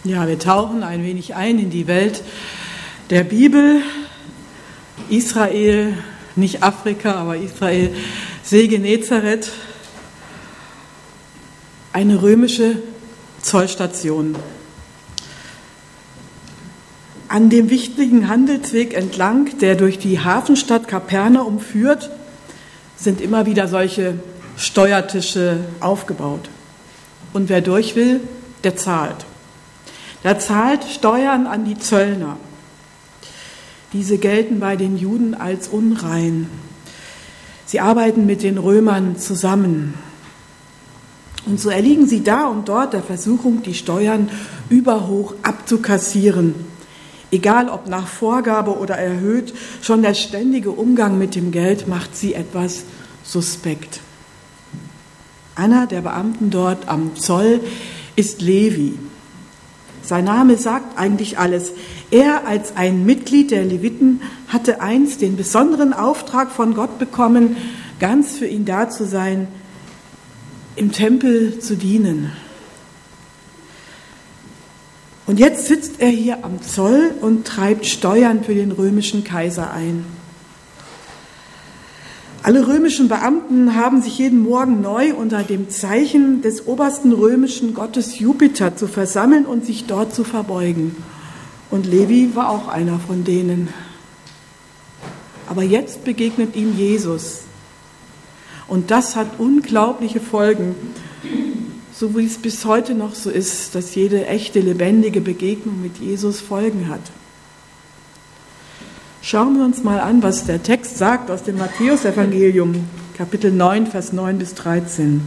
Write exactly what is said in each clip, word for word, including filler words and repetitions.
Ja, wir tauchen ein wenig ein in die Welt der Bibel. Israel, nicht Afrika, aber Israel, See Genezareth, eine römische Zollstation. An dem wichtigen Handelsweg entlang, der durch die Hafenstadt Kapernaum führt, sind immer wieder solche Steuertische aufgebaut. Und wer durch will, der zahlt. Der zahlt Steuern an die Zöllner. Diese gelten bei den Juden als unrein. Sie arbeiten mit den Römern zusammen. Und so erliegen sie da und dort der Versuchung, die Steuern überhoch abzukassieren. Egal ob nach Vorgabe oder erhöht, schon der ständige Umgang mit dem Geld macht sie etwas suspekt. Einer der Beamten dort am Zoll ist Levi. Sein Name sagt eigentlich alles. Er als ein Mitglied der Leviten hatte einst den besonderen Auftrag von Gott bekommen, ganz für ihn da zu sein, im Tempel zu dienen. Und jetzt sitzt er hier am Zoll und treibt Steuern für den römischen Kaiser ein. Alle römischen Beamten haben sich jeden Morgen neu unter dem Zeichen des obersten römischen Gottes Jupiter zu versammeln und sich dort zu verbeugen. Und Levi war auch einer von denen. Aber jetzt begegnet ihm Jesus. Und das hat unglaubliche Folgen, so wie es bis heute noch so ist, dass jede echte, lebendige Begegnung mit Jesus Folgen hat. Schauen wir uns mal an, was der Text sagt aus dem Matthäusevangelium, Kapitel neun, Vers neun bis dreizehn.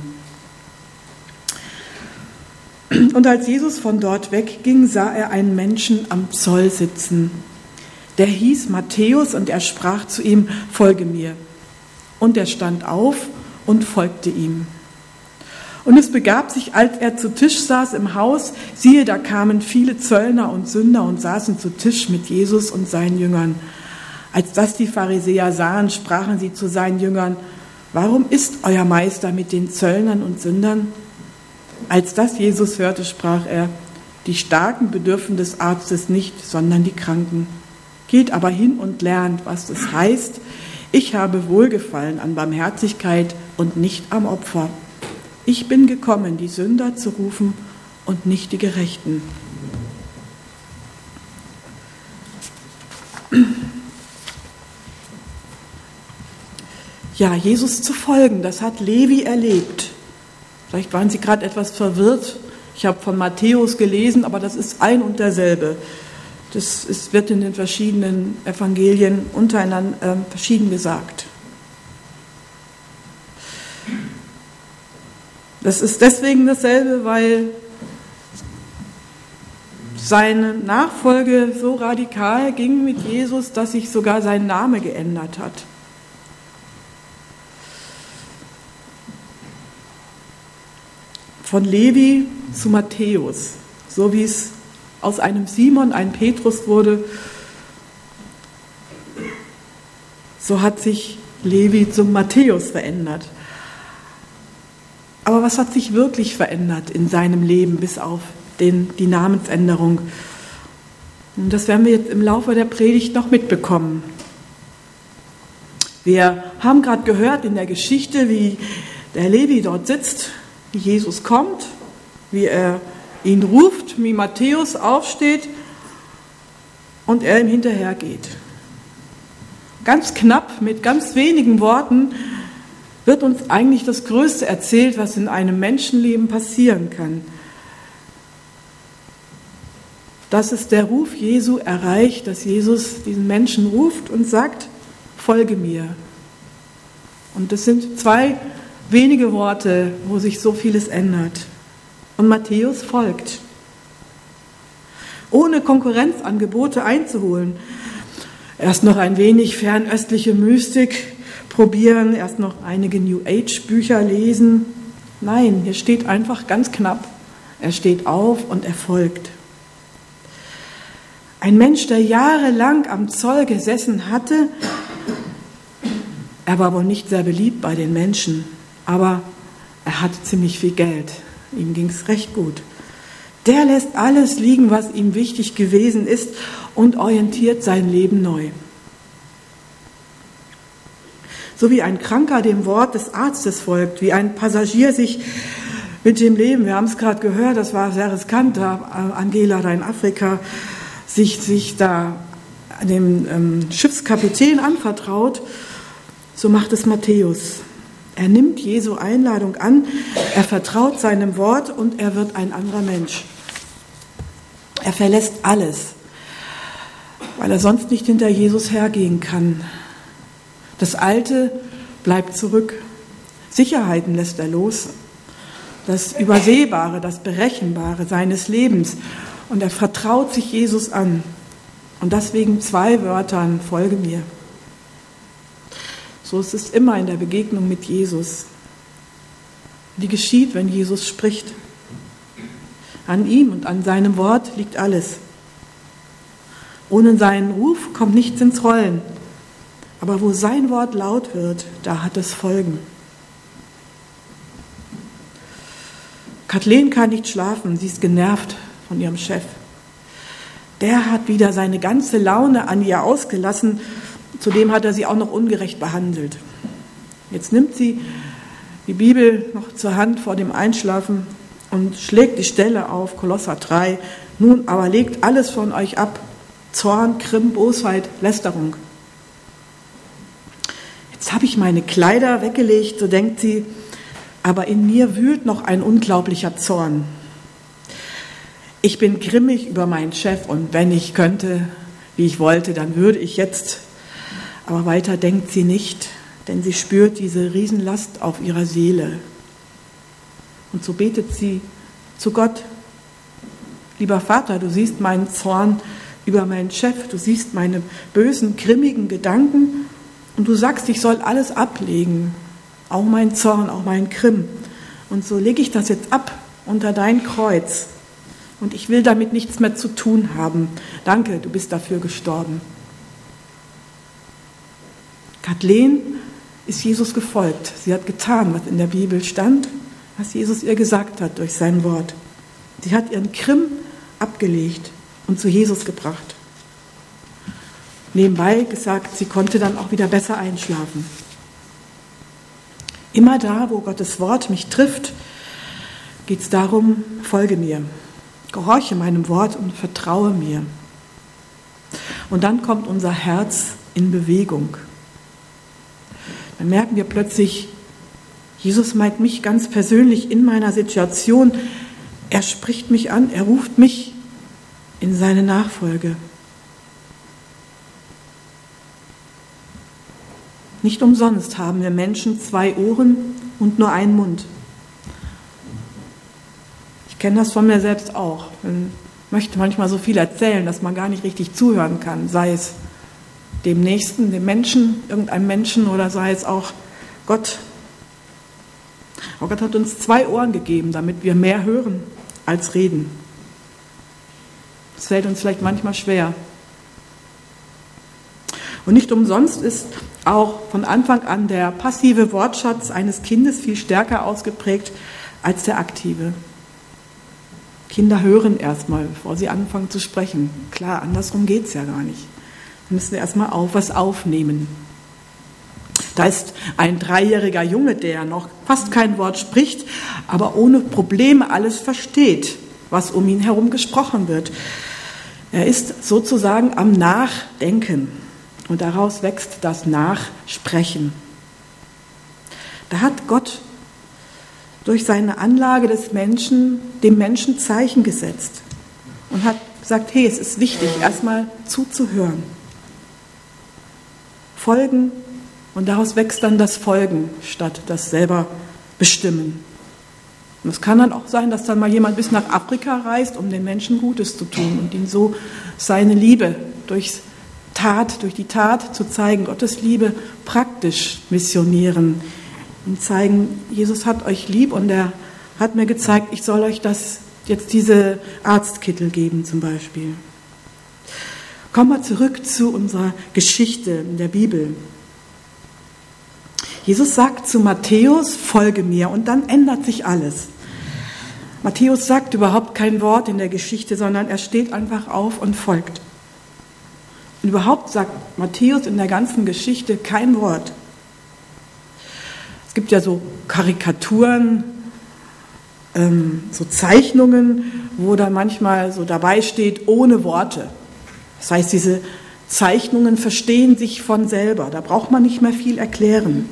Und als Jesus von dort wegging, sah er einen Menschen am Zoll sitzen. Der hieß Matthäus und er sprach zu ihm, folge mir. Und er stand auf und folgte ihm. Und es begab sich, als er zu Tisch saß im Haus, siehe, da kamen viele Zöllner und Sünder und saßen zu Tisch mit Jesus und seinen Jüngern. Als das die Pharisäer sahen, sprachen sie zu seinen Jüngern, warum isst euer Meister mit den Zöllnern und Sündern? Als das Jesus hörte, sprach er, die Starken bedürfen des Arztes nicht, sondern die Kranken. Geht aber hin und lernt, was es heißt, ich habe Wohlgefallen an Barmherzigkeit und nicht am Opfer. Ich bin gekommen, die Sünder zu rufen und nicht die Gerechten. Ja, Jesus zu folgen, das hat Levi erlebt. Vielleicht waren Sie gerade etwas verwirrt. Ich habe von Matthäus gelesen, aber das ist ein und derselbe. Das ist, wird in den verschiedenen Evangelien untereinander äh, verschieden gesagt. Das ist deswegen dasselbe, weil seine Nachfolge so radikal ging mit Jesus, dass sich sogar sein Name geändert hat. Von Levi zu Matthäus, so wie es aus einem Simon ein Petrus wurde, so hat sich Levi zum Matthäus verändert. Aber was hat sich wirklich verändert in seinem Leben, bis auf den, die Namensänderung? Und das werden wir jetzt im Laufe der Predigt noch mitbekommen. Wir haben gerade gehört in der Geschichte, wie der Levi dort sitzt, wie Jesus kommt, wie er ihn ruft, wie Matthäus aufsteht und er ihm hinterhergeht. Ganz knapp, mit ganz wenigen Worten, wird uns eigentlich das Größte erzählt, was in einem Menschenleben passieren kann. Dass es der Ruf Jesu erreicht, dass Jesus diesen Menschen ruft und sagt, folge mir. Und das sind zwei wenige Worte, wo sich so vieles ändert. Und Matthäus folgt. Ohne Konkurrenzangebote einzuholen. Erst noch ein wenig fernöstliche Mystik probieren, erst noch einige New Age Bücher lesen. Nein, hier steht einfach ganz knapp, er steht auf und er folgt. Ein Mensch, der jahrelang am Zoll gesessen hatte, er war wohl nicht sehr beliebt bei den Menschen, aber er hatte ziemlich viel Geld, ihm ging es recht gut. Der lässt alles liegen, was ihm wichtig gewesen ist und orientiert sein Leben neu. So wie ein Kranker dem Wort des Arztes folgt, wie ein Passagier sich mit dem Leben, wir haben es gerade gehört, das war sehr riskant, da Angela da in Afrika sich, sich da dem ähm, Schiffskapitän anvertraut, so macht es Matthäus. Er nimmt Jesu Einladung an, er vertraut seinem Wort und er wird ein anderer Mensch. Er verlässt alles, weil er sonst nicht hinter Jesus hergehen kann. Das Alte bleibt zurück. Sicherheiten lässt er los. Das Übersehbare, das Berechenbare seines Lebens. Und er vertraut sich Jesus an. Und deswegen zwei Wörtern: folge mir. So ist es immer in der Begegnung mit Jesus. Die geschieht, wenn Jesus spricht. An ihm und an seinem Wort liegt alles. Ohne seinen Ruf kommt nichts ins Rollen. Aber wo sein Wort laut wird, da hat es Folgen. Kathleen kann nicht schlafen, sie ist genervt von ihrem Chef. Der hat wieder seine ganze Laune an ihr ausgelassen, zudem hat er sie auch noch ungerecht behandelt. Jetzt nimmt sie die Bibel noch zur Hand vor dem Einschlafen und schlägt die Stelle auf, Kolosser drei. Nun aber legt alles von euch ab, Zorn, Grimm, Bosheit, Lästerung. Jetzt habe ich meine Kleider weggelegt, so denkt sie, aber in mir wühlt noch ein unglaublicher Zorn. Ich bin grimmig über meinen Chef und wenn ich könnte, wie ich wollte, dann würde ich jetzt. Aber weiter denkt sie nicht, denn sie spürt diese Riesenlast auf ihrer Seele. Und so betet sie zu Gott. Lieber Vater, du siehst meinen Zorn über meinen Chef, du siehst meine bösen, grimmigen Gedanken und du sagst, ich soll alles ablegen, auch meinen Zorn, auch meinen Grimm. Und so lege ich das jetzt ab unter dein Kreuz und ich will damit nichts mehr zu tun haben. Danke, du bist dafür gestorben. Kathleen ist Jesus gefolgt. Sie hat getan, was in der Bibel stand, was Jesus ihr gesagt hat durch sein Wort. Sie hat ihren Grimm abgelegt und zu Jesus gebracht. Nebenbei gesagt, sie konnte dann auch wieder besser einschlafen. Immer da, wo Gottes Wort mich trifft, geht es darum, folge mir, gehorche meinem Wort und vertraue mir. Und dann kommt unser Herz in Bewegung. Dann merken wir plötzlich, Jesus meint mich ganz persönlich in meiner Situation. Er spricht mich an, er ruft mich in seine Nachfolge. Nicht umsonst haben wir Menschen zwei Ohren und nur einen Mund. Ich kenne das von mir selbst auch. Man möchte manchmal so viel erzählen, dass man gar nicht richtig zuhören kann, sei es dem Nächsten, dem Menschen, irgendeinem Menschen oder sei es auch Gott. Aber Gott hat uns zwei Ohren gegeben, damit wir mehr hören als reden. Das fällt uns vielleicht manchmal schwer. Und nicht umsonst ist auch von Anfang an der passive Wortschatz eines Kindes viel stärker ausgeprägt als der aktive. Kinder hören erstmal, bevor sie anfangen zu sprechen. Klar, andersrum geht es ja gar nicht. Wir müssen erstmal auf was aufnehmen. Da ist ein dreijähriger Junge, der noch fast kein Wort spricht, aber ohne Probleme alles versteht, was um ihn herum gesprochen wird. Er ist sozusagen am Nachdenken und daraus wächst das Nachsprechen. Da hat Gott durch seine Anlage des Menschen dem Menschen Zeichen gesetzt und hat gesagt, hey, es ist wichtig, erstmal zuzuhören. Folgen und daraus wächst dann das Folgen statt das selber bestimmen. Und es kann dann auch sein, dass dann mal jemand bis nach Afrika reist, um den Menschen Gutes zu tun und ihm so seine Liebe durch Tat, durch die Tat zu zeigen, Gottes Liebe praktisch missionieren, und zeigen, Jesus hat euch lieb und er hat mir gezeigt, ich soll euch das jetzt diese Arztkittel geben zum Beispiel. Kommen wir zurück zu unserer Geschichte in der Bibel. Jesus sagt zu Matthäus, folge mir, und dann ändert sich alles. Matthäus sagt überhaupt kein Wort in der Geschichte, sondern er steht einfach auf und folgt. Und überhaupt sagt Matthäus in der ganzen Geschichte kein Wort. Es gibt ja so Karikaturen, ähm, so Zeichnungen, wo da manchmal so dabei steht, ohne Worte. Das heißt, diese Zeichnungen verstehen sich von selber. Da braucht man nicht mehr viel erklären.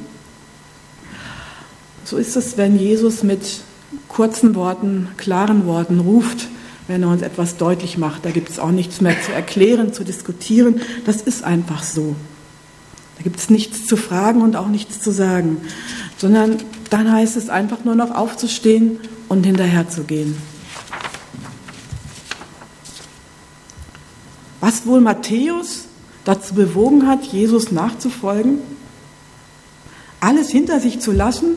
So ist es, wenn Jesus mit kurzen Worten, klaren Worten ruft, wenn er uns etwas deutlich macht. Da gibt es auch nichts mehr zu erklären, zu diskutieren. Das ist einfach so. Da gibt es nichts zu fragen und auch nichts zu sagen, sondern dann heißt es einfach nur noch aufzustehen und hinterher zu gehen. Was wohl Matthäus dazu bewogen hat, Jesus nachzufolgen, alles hinter sich zu lassen?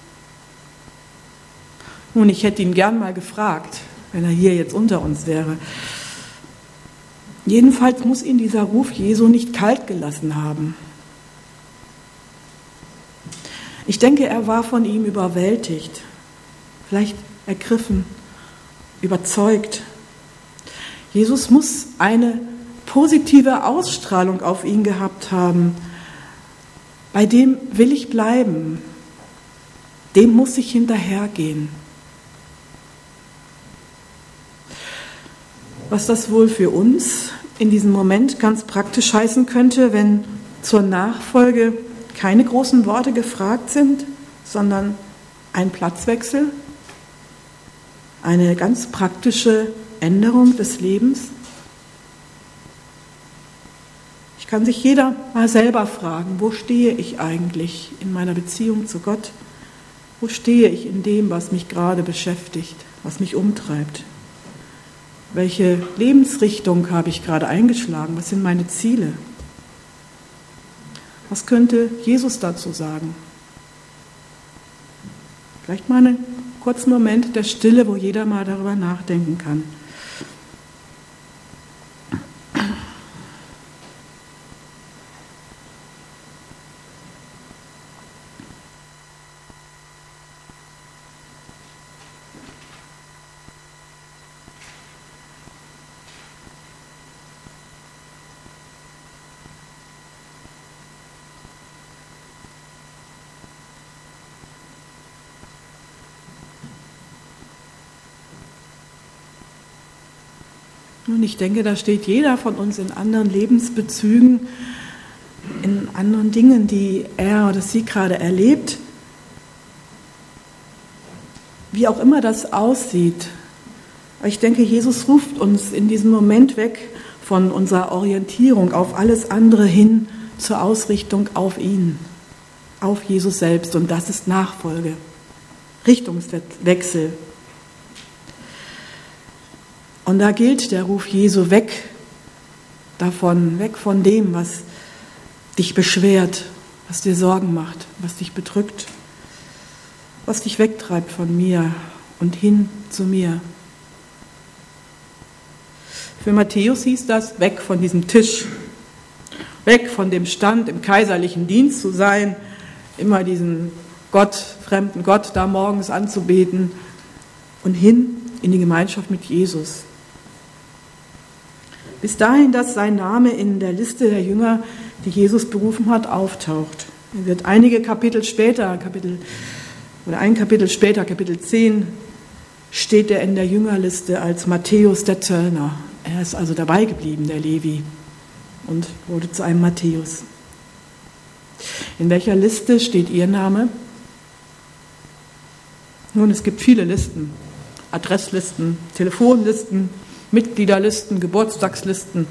Nun, ich hätte ihn gern mal gefragt, wenn er hier jetzt unter uns wäre. Jedenfalls muss ihn dieser Ruf Jesu nicht kalt gelassen haben. Ich denke, er war von ihm überwältigt, vielleicht ergriffen, überzeugt. Jesus muss eine positive Ausstrahlung auf ihn gehabt haben. Bei dem will ich bleiben. Dem muss ich hinterhergehen. Was das wohl für uns in diesem Moment ganz praktisch heißen könnte, wenn zur Nachfolge keine großen Worte gefragt sind, sondern ein Platzwechsel, eine ganz praktische Änderung des Lebens. Ich kann sich jeder mal selber fragen, wo stehe ich eigentlich in meiner Beziehung zu Gott? Wo stehe ich in dem, was mich gerade beschäftigt, was mich umtreibt? Welche Lebensrichtung habe ich gerade eingeschlagen? Was sind meine Ziele? Was könnte Jesus dazu sagen? Vielleicht mal einen kurzen Moment der Stille, wo jeder mal darüber nachdenken kann. Und ich denke, da steht jeder von uns in anderen Lebensbezügen, in anderen Dingen, die er oder sie gerade erlebt. Wie auch immer das aussieht. Aber ich denke, Jesus ruft uns in diesem Moment weg von unserer Orientierung auf alles andere hin zur Ausrichtung auf ihn, auf Jesus selbst. Und das ist Nachfolge, Richtungswechsel. Und da gilt der Ruf Jesu weg davon, weg von dem, was dich beschwert, was dir Sorgen macht, was dich bedrückt, was dich wegtreibt von mir und hin zu mir. Für Matthäus hieß das, weg von diesem Tisch, weg von dem Stand, im kaiserlichen Dienst zu sein, immer diesen Gott, fremden Gott da morgens anzubeten und hin in die Gemeinschaft mit Jesus. Bis dahin, dass sein Name in der Liste der Jünger, die Jesus berufen hat, auftaucht. Er wird einige Kapitel später, Kapitel, oder ein Kapitel später, Kapitel zehn, steht er in der Jüngerliste als Matthäus der Zöllner. Er ist also dabei geblieben, der Levi, und wurde zu einem Matthäus. In welcher Liste steht Ihr Name? Nun, es gibt viele Listen, Adresslisten, Telefonlisten, Mitgliederlisten, Geburtstagslisten.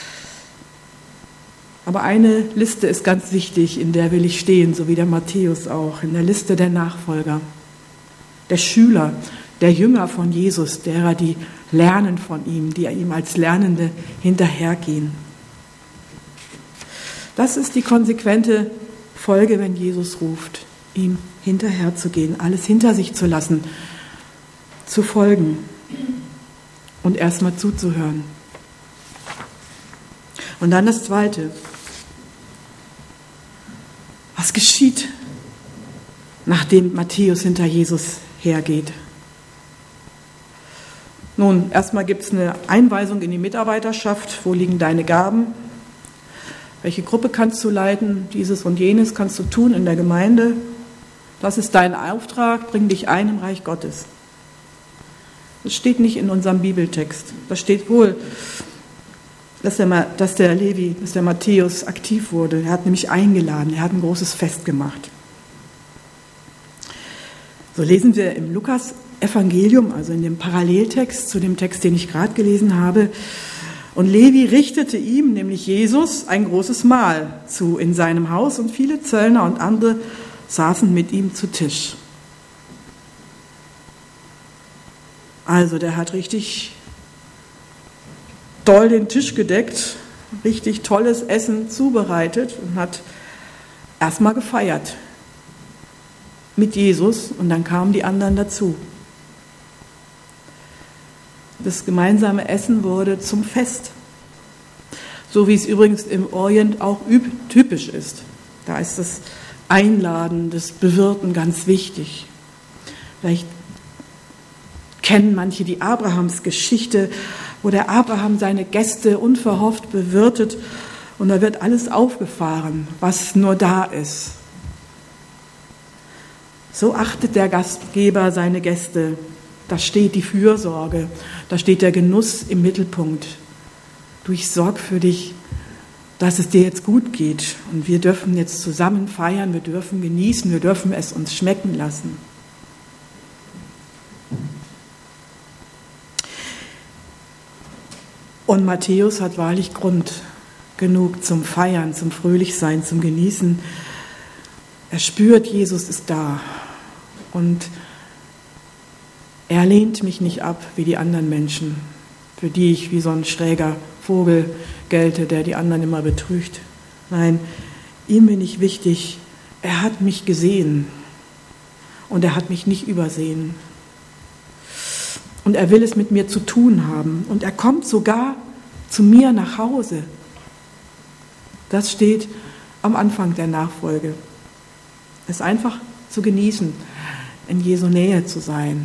Aber eine Liste ist ganz wichtig, in der will ich stehen, so wie der Matthäus auch, in der Liste der Nachfolger, der Schüler, der Jünger von Jesus, derer, die lernen von ihm, die ihm als Lernende hinterhergehen. Das ist die konsequente Folge, wenn Jesus ruft, ihm hinterherzugehen, alles hinter sich zu lassen, zu folgen und erstmal zuzuhören. Und dann das Zweite. Was geschieht, nachdem Matthäus hinter Jesus hergeht? Nun, erstmal gibt es eine Einweisung in die Mitarbeiterschaft. Wo liegen deine Gaben? Welche Gruppe kannst du leiten? Dieses und jenes kannst du tun in der Gemeinde. Das ist dein Auftrag, bring dich ein im Reich Gottes. Das steht nicht in unserem Bibeltext. Da steht wohl, dass der, dass der Levi, dass der Matthäus aktiv wurde. Er hat nämlich eingeladen, er hat ein großes Fest gemacht. So lesen wir im Lukas-Evangelium, also in dem Paralleltext zu dem Text, den ich gerade gelesen habe. Und Levi richtete ihm, nämlich Jesus, ein großes Mahl zu in seinem Haus und viele Zöllner und andere saßen mit ihm zu Tisch. Also der hat richtig doll den Tisch gedeckt, richtig tolles Essen zubereitet und hat erstmal gefeiert mit Jesus und dann kamen die anderen dazu. Das gemeinsame Essen wurde zum Fest, so wie es übrigens im Orient auch typisch ist. Da ist das Einladen, das Bewirten ganz wichtig. Vielleicht kennen manche die Abrahams-Geschichte, wo der Abraham seine Gäste unverhofft bewirtet und da wird alles aufgefahren, was nur da ist. So achtet der Gastgeber seine Gäste. Da steht die Fürsorge, da steht der Genuss im Mittelpunkt. Du, ich sorge für dich, dass es dir jetzt gut geht und wir dürfen jetzt zusammen feiern, wir dürfen genießen, wir dürfen es uns schmecken lassen. Und Matthäus hat wahrlich Grund genug zum Feiern, zum Fröhlichsein, zum Genießen. Er spürt, Jesus ist da und er lehnt mich nicht ab wie die anderen Menschen, für die ich wie so ein schräger Vogel gelte, der die anderen immer betrügt. Nein, ihm bin ich wichtig. Er hat mich gesehen und er hat mich nicht übersehen. Und er will es mit mir zu tun haben. Und er kommt sogar zu mir nach Hause. Das steht am Anfang der Nachfolge. Es einfach zu genießen, in Jesu Nähe zu sein.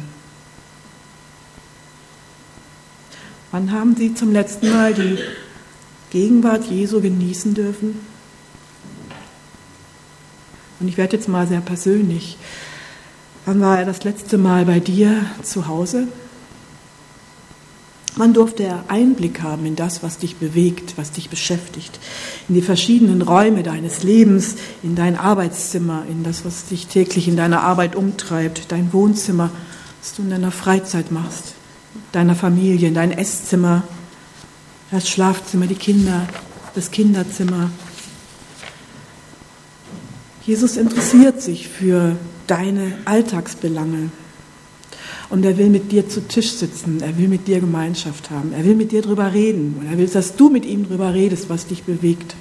Wann haben Sie zum letzten Mal die Gegenwart Jesu genießen dürfen? Und ich werde jetzt mal sehr persönlich. Wann war er das letzte Mal bei dir zu Hause? Wann durfte er Einblick haben in das, was dich bewegt, was dich beschäftigt, in die verschiedenen Räume deines Lebens, in dein Arbeitszimmer, in das, was dich täglich in deiner Arbeit umtreibt, dein Wohnzimmer, was du in deiner Freizeit machst, deiner Familie, in dein Esszimmer, das Schlafzimmer, die Kinder, das Kinderzimmer. Jesus interessiert sich für deine Alltagsbelange. Und er will mit dir zu Tisch sitzen, er will mit dir Gemeinschaft haben, er will mit dir drüber reden und er will, dass du mit ihm drüber redest, was dich bewegt.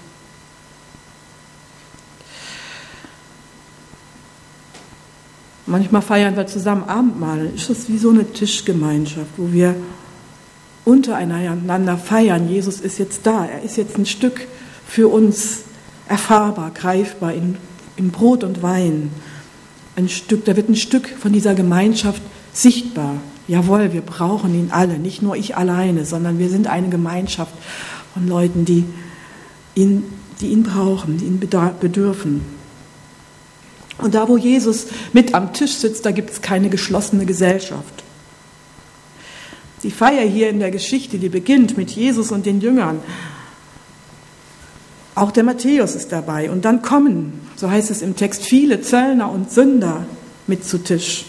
Manchmal feiern wir zusammen Abendmahl, ist das wie so eine Tischgemeinschaft, wo wir untereinander feiern. Jesus ist jetzt da, er ist jetzt ein Stück für uns erfahrbar, greifbar in, in Brot und Wein. Ein Stück, da wird ein Stück von dieser Gemeinschaft sichtbar. Jawohl, wir brauchen ihn alle, nicht nur ich alleine, sondern wir sind eine Gemeinschaft von Leuten, die ihn, die ihn brauchen, die ihn bedürfen. Und da, wo Jesus mit am Tisch sitzt, da gibt es keine geschlossene Gesellschaft. Die Feier hier in der Geschichte, die beginnt mit Jesus und den Jüngern. Auch der Matthäus ist dabei. Und dann kommen, so heißt es im Text, viele Zöllner und Sünder mit zu Tisch.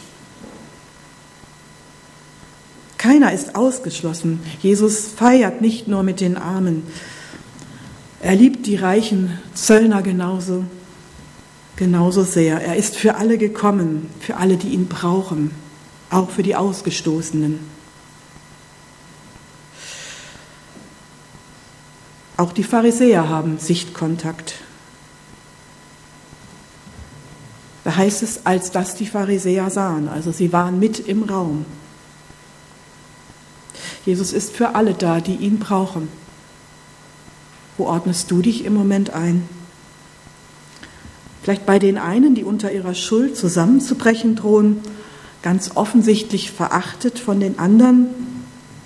Keiner ist ausgeschlossen. Jesus feiert nicht nur mit den Armen. Er liebt die reichen Zöllner genauso, genauso sehr. Er ist für alle gekommen, für alle, die ihn brauchen, auch für die Ausgestoßenen. Auch die Pharisäer haben Sichtkontakt. Da heißt es, als das die Pharisäer sahen, also sie waren mit im Raum. Jesus ist für alle da, die ihn brauchen. Wo ordnest du dich im Moment ein? Vielleicht bei den einen, die unter ihrer Schuld zusammenzubrechen drohen, ganz offensichtlich verachtet von den anderen,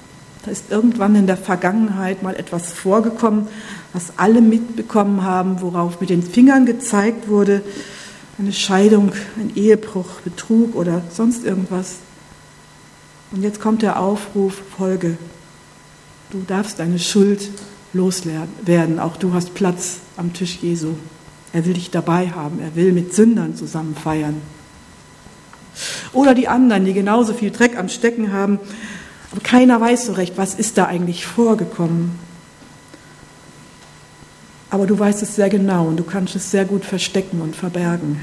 Da ist irgendwann in der Vergangenheit mal etwas vorgekommen, was alle mitbekommen haben, worauf mit den Fingern gezeigt wurde. Eine Scheidung, ein Ehebruch, Betrug oder sonst irgendwas. Und jetzt kommt der Aufruf, folge. Du darfst deine Schuld loswerden. Auch du hast Platz am Tisch Jesu. Er will dich dabei haben. Er will mit Sündern zusammen feiern. Oder die anderen, die genauso viel Dreck am Stecken haben. Aber keiner weiß so recht, was ist da eigentlich vorgekommen. Aber du weißt es sehr genau und du kannst es sehr gut verstecken und verbergen.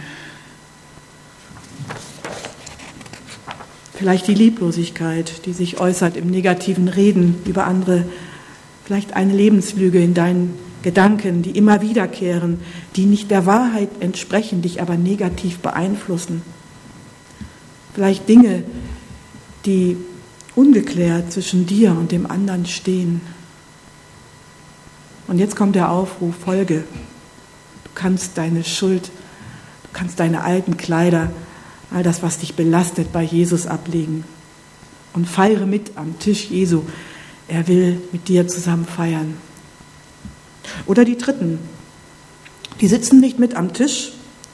Vielleicht die Lieblosigkeit, die sich äußert im negativen Reden über andere. Vielleicht eine Lebenslüge in deinen Gedanken, die immer wiederkehren, die nicht der Wahrheit entsprechen, dich aber negativ beeinflussen. Vielleicht Dinge, die ungeklärt zwischen dir und dem anderen stehen. Und jetzt kommt der Aufruf, folge. Du kannst deine Schuld, du kannst deine alten Kleider, all das, was dich belastet, bei Jesus ablegen. Und feiere mit am Tisch Jesu. Er will mit dir zusammen feiern. Oder die Dritten, die sitzen nicht mit am Tisch,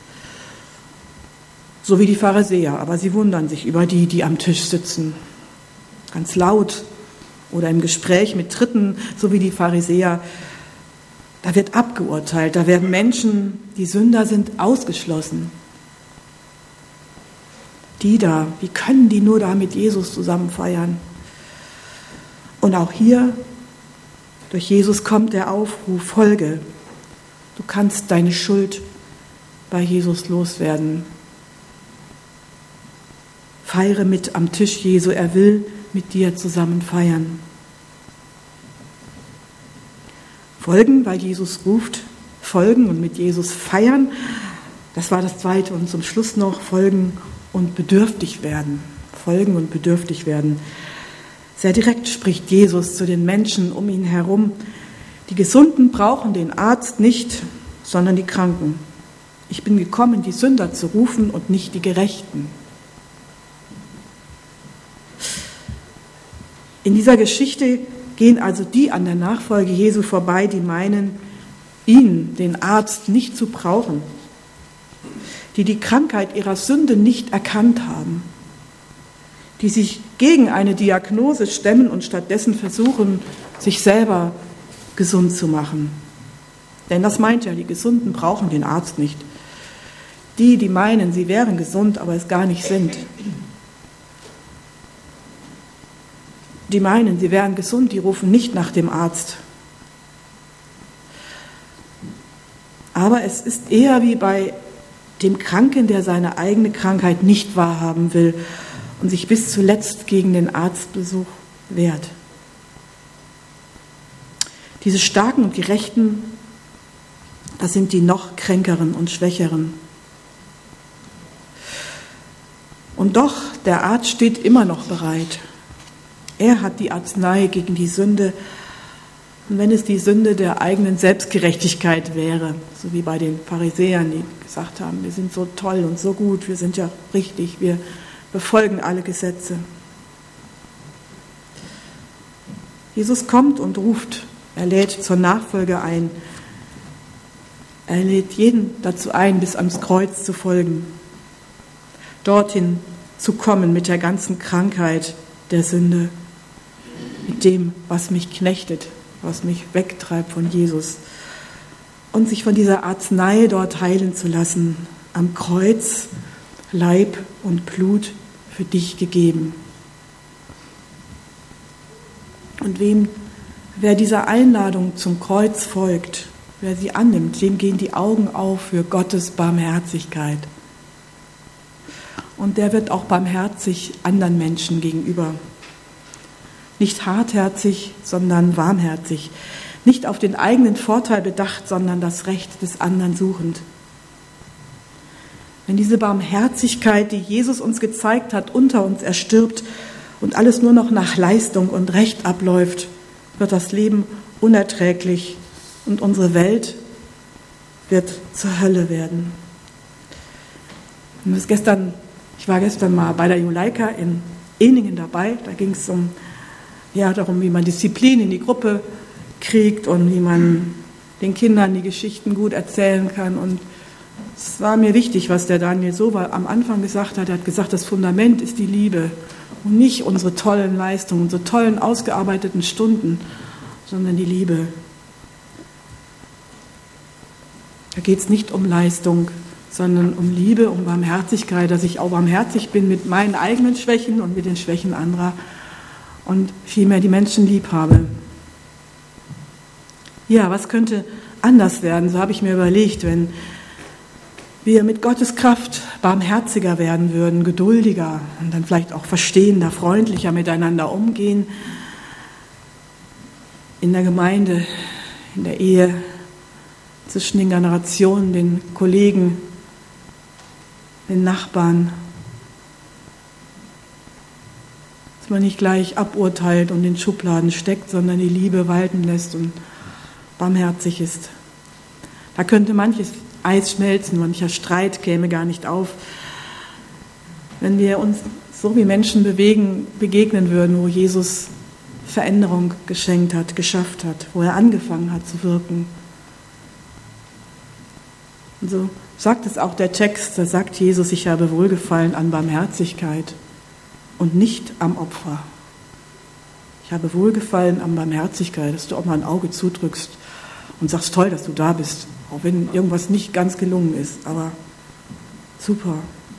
so wie die Pharisäer, aber sie wundern sich über die, die am Tisch sitzen. Ganz laut oder im Gespräch mit Dritten, so wie die Pharisäer. Da wird abgeurteilt, da werden Menschen, die Sünder sind, ausgeschlossen. Die da, wie können die nur da mit Jesus zusammen feiern? Und auch hier, durch Jesus kommt der Aufruf, folge. Du kannst deine Schuld bei Jesus loswerden. Feiere mit am Tisch Jesu, er will mit dir zusammen feiern. Folgen, weil Jesus ruft, folgen und mit Jesus feiern. Das war das Zweite. Und zum Schluss noch folgen und bedürftig werden. Folgen und bedürftig werden. Sehr direkt spricht Jesus zu den Menschen um ihn herum. Die Gesunden brauchen den Arzt nicht, sondern die Kranken. Ich bin gekommen, die Sünder zu rufen und nicht die Gerechten. In dieser Geschichte gehen also die an der Nachfolge Jesu vorbei, die meinen, ihn, den Arzt, nicht zu brauchen, die die Krankheit ihrer Sünde nicht erkannt haben, die sich gegen eine Diagnose stemmen und stattdessen versuchen, sich selber gesund zu machen. Denn das meint ja, die Gesunden brauchen den Arzt nicht. Die, die meinen, sie wären gesund, aber es gar nicht sind. Die meinen, sie wären gesund, die rufen nicht nach dem Arzt. Aber es ist eher wie bei dem Kranken, der seine eigene Krankheit nicht wahrhaben will und sich bis zuletzt gegen den Arztbesuch wehrt. Diese Starken und Gerechten, das sind die noch Kränkeren und Schwächeren. Und doch, der Arzt steht immer noch bereit. Er hat die Arznei gegen die Sünde. Und wenn es die Sünde der eigenen Selbstgerechtigkeit wäre, so wie bei den Pharisäern, die gesagt haben, wir sind so toll und so gut, wir sind ja richtig, wir befolgen alle Gesetze. Jesus kommt und ruft, er lädt zur Nachfolge ein. Er lädt jeden dazu ein, bis ans Kreuz zu folgen, dorthin zu kommen mit der ganzen Krankheit der Sünde, mit dem, was mich knechtet, was mich wegtreibt von Jesus und sich von dieser Arznei dort heilen zu lassen, am Kreuz, Leib und Blut für dich gegeben. Und wem, wer dieser Einladung zum Kreuz folgt, wer sie annimmt, dem gehen die Augen auf für Gottes Barmherzigkeit. Und der wird auch barmherzig anderen Menschen gegenüber. Nicht hartherzig, sondern warmherzig. Nicht auf den eigenen Vorteil bedacht, sondern das Recht des anderen suchend. Wenn diese Barmherzigkeit, die Jesus uns gezeigt hat, unter uns erstirbt und alles nur noch nach Leistung und Recht abläuft, wird das Leben unerträglich und unsere Welt wird zur Hölle werden. Und das gestern, ich war gestern mal bei der Juleika in Ehningen dabei, da ging es um ja, darum, wie man Disziplin in die Gruppe kriegt und wie man den Kindern die Geschichten gut erzählen kann. Und es war mir wichtig, was der Daniel Sowa am Anfang gesagt hat. Er hat gesagt, das Fundament ist die Liebe und nicht unsere tollen Leistungen, unsere tollen ausgearbeiteten Stunden, sondern die Liebe. Da geht es nicht um Leistung, sondern um Liebe, um Barmherzigkeit, dass ich auch barmherzig bin mit meinen eigenen Schwächen und mit den Schwächen anderer und vielmehr die Menschen lieb habe. Ja, was könnte anders werden? So habe ich mir überlegt, wenn wir mit Gottes Kraft barmherziger werden würden, geduldiger und dann vielleicht auch verstehender, freundlicher miteinander umgehen, in der Gemeinde, in der Ehe, zwischen den Generationen, den Kollegen, den Nachbarn, dass man nicht gleich aburteilt und in Schubladen steckt, sondern die Liebe walten lässt und barmherzig ist. Da könnte manches Eis schmelzen, mancher Streit käme gar nicht auf, wenn wir uns so wie Menschen bewegen, begegnen würden, wo Jesus Veränderung geschenkt hat, geschafft hat, wo er angefangen hat zu wirken. Und so sagt es auch der Text, da sagt Jesus, ich habe Wohlgefallen an Barmherzigkeit und nicht am Opfer. Ich habe Wohlgefallen an Barmherzigkeit, dass du auch mal ein Auge zudrückst und sagst, toll, dass du da bist, auch wenn irgendwas nicht ganz gelungen ist, aber super.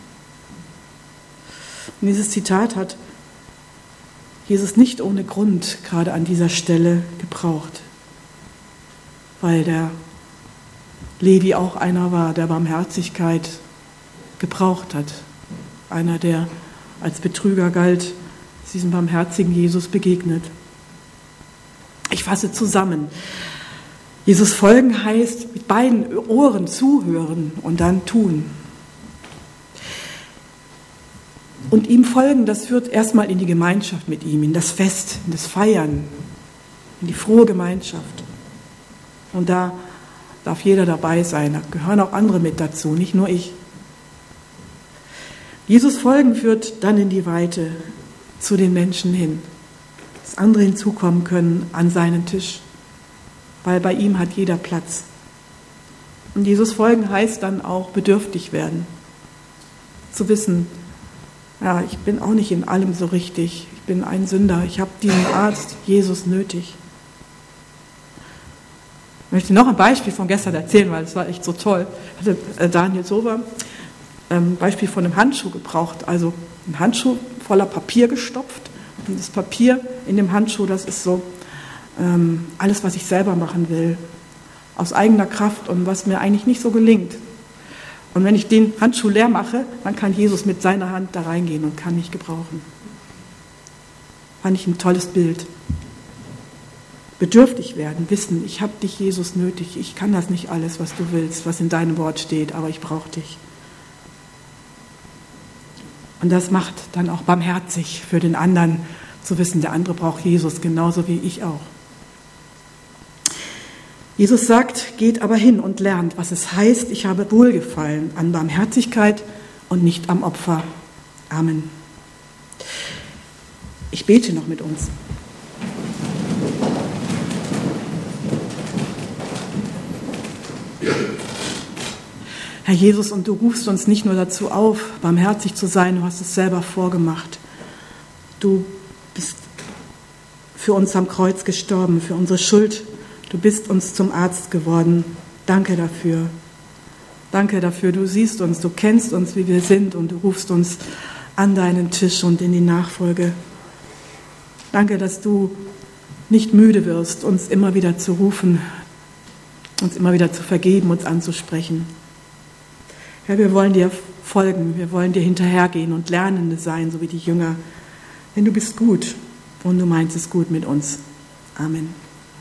Und dieses Zitat hat Jesus nicht ohne Grund gerade an dieser Stelle gebraucht, weil der Levi auch einer war, der Barmherzigkeit gebraucht hat. Einer, der als Betrüger galt, diesem barmherzigen Jesus begegnet. Ich fasse zusammen. Jesus folgen heißt, mit beiden Ohren zuhören und dann tun. Und ihm folgen, das führt erstmal in die Gemeinschaft mit ihm, in das Fest, in das Feiern, in die frohe Gemeinschaft. Und da darf jeder dabei sein, da gehören auch andere mit dazu, nicht nur ich. Jesus folgen führt dann in die Weite zu den Menschen hin, dass andere hinzukommen können an seinen Tisch, weil bei ihm hat jeder Platz. Und Jesus folgen heißt dann auch bedürftig werden, zu wissen, ja, ich bin auch nicht in allem so richtig, ich bin ein Sünder, ich habe diesen Arzt Jesus nötig. Ich möchte noch ein Beispiel von gestern erzählen, weil es war echt so toll. Hatte Daniel Sowa ein Beispiel von einem Handschuh gebraucht. Also ein Handschuh voller Papier gestopft. Und das Papier in dem Handschuh, das ist so ähm, alles, was ich selber machen will. Aus eigener Kraft und was mir eigentlich nicht so gelingt. Und wenn ich den Handschuh leer mache, dann kann Jesus mit seiner Hand da reingehen und kann mich gebrauchen. Fand ich ein tolles Bild. Bedürftig werden, wissen, ich habe dich, Jesus, nötig. Ich kann das nicht alles, was du willst, was in deinem Wort steht, aber ich brauche dich. Und das macht dann auch barmherzig für den anderen, zu wissen, der andere braucht Jesus, genauso wie ich auch. Jesus sagt, geht aber hin und lernt, was es heißt, ich habe Wohlgefallen an Barmherzigkeit und nicht am Opfer. Amen. Ich bete noch mit uns. Herr Jesus, und du rufst uns nicht nur dazu auf, barmherzig zu sein, du hast es selber vorgemacht. Du bist für uns am Kreuz gestorben, für unsere Schuld. Du bist uns zum Arzt geworden. Danke dafür. Danke dafür. Du siehst uns, du kennst uns, wie wir sind, und du rufst uns an deinen Tisch und in die Nachfolge. Danke, dass du nicht müde wirst, uns immer wieder zu rufen, uns immer wieder zu vergeben, uns anzusprechen. Herr, wir wollen dir folgen, wir wollen dir hinterhergehen und Lernende sein, so wie die Jünger. Denn du bist gut und du meinst es gut mit uns. Amen.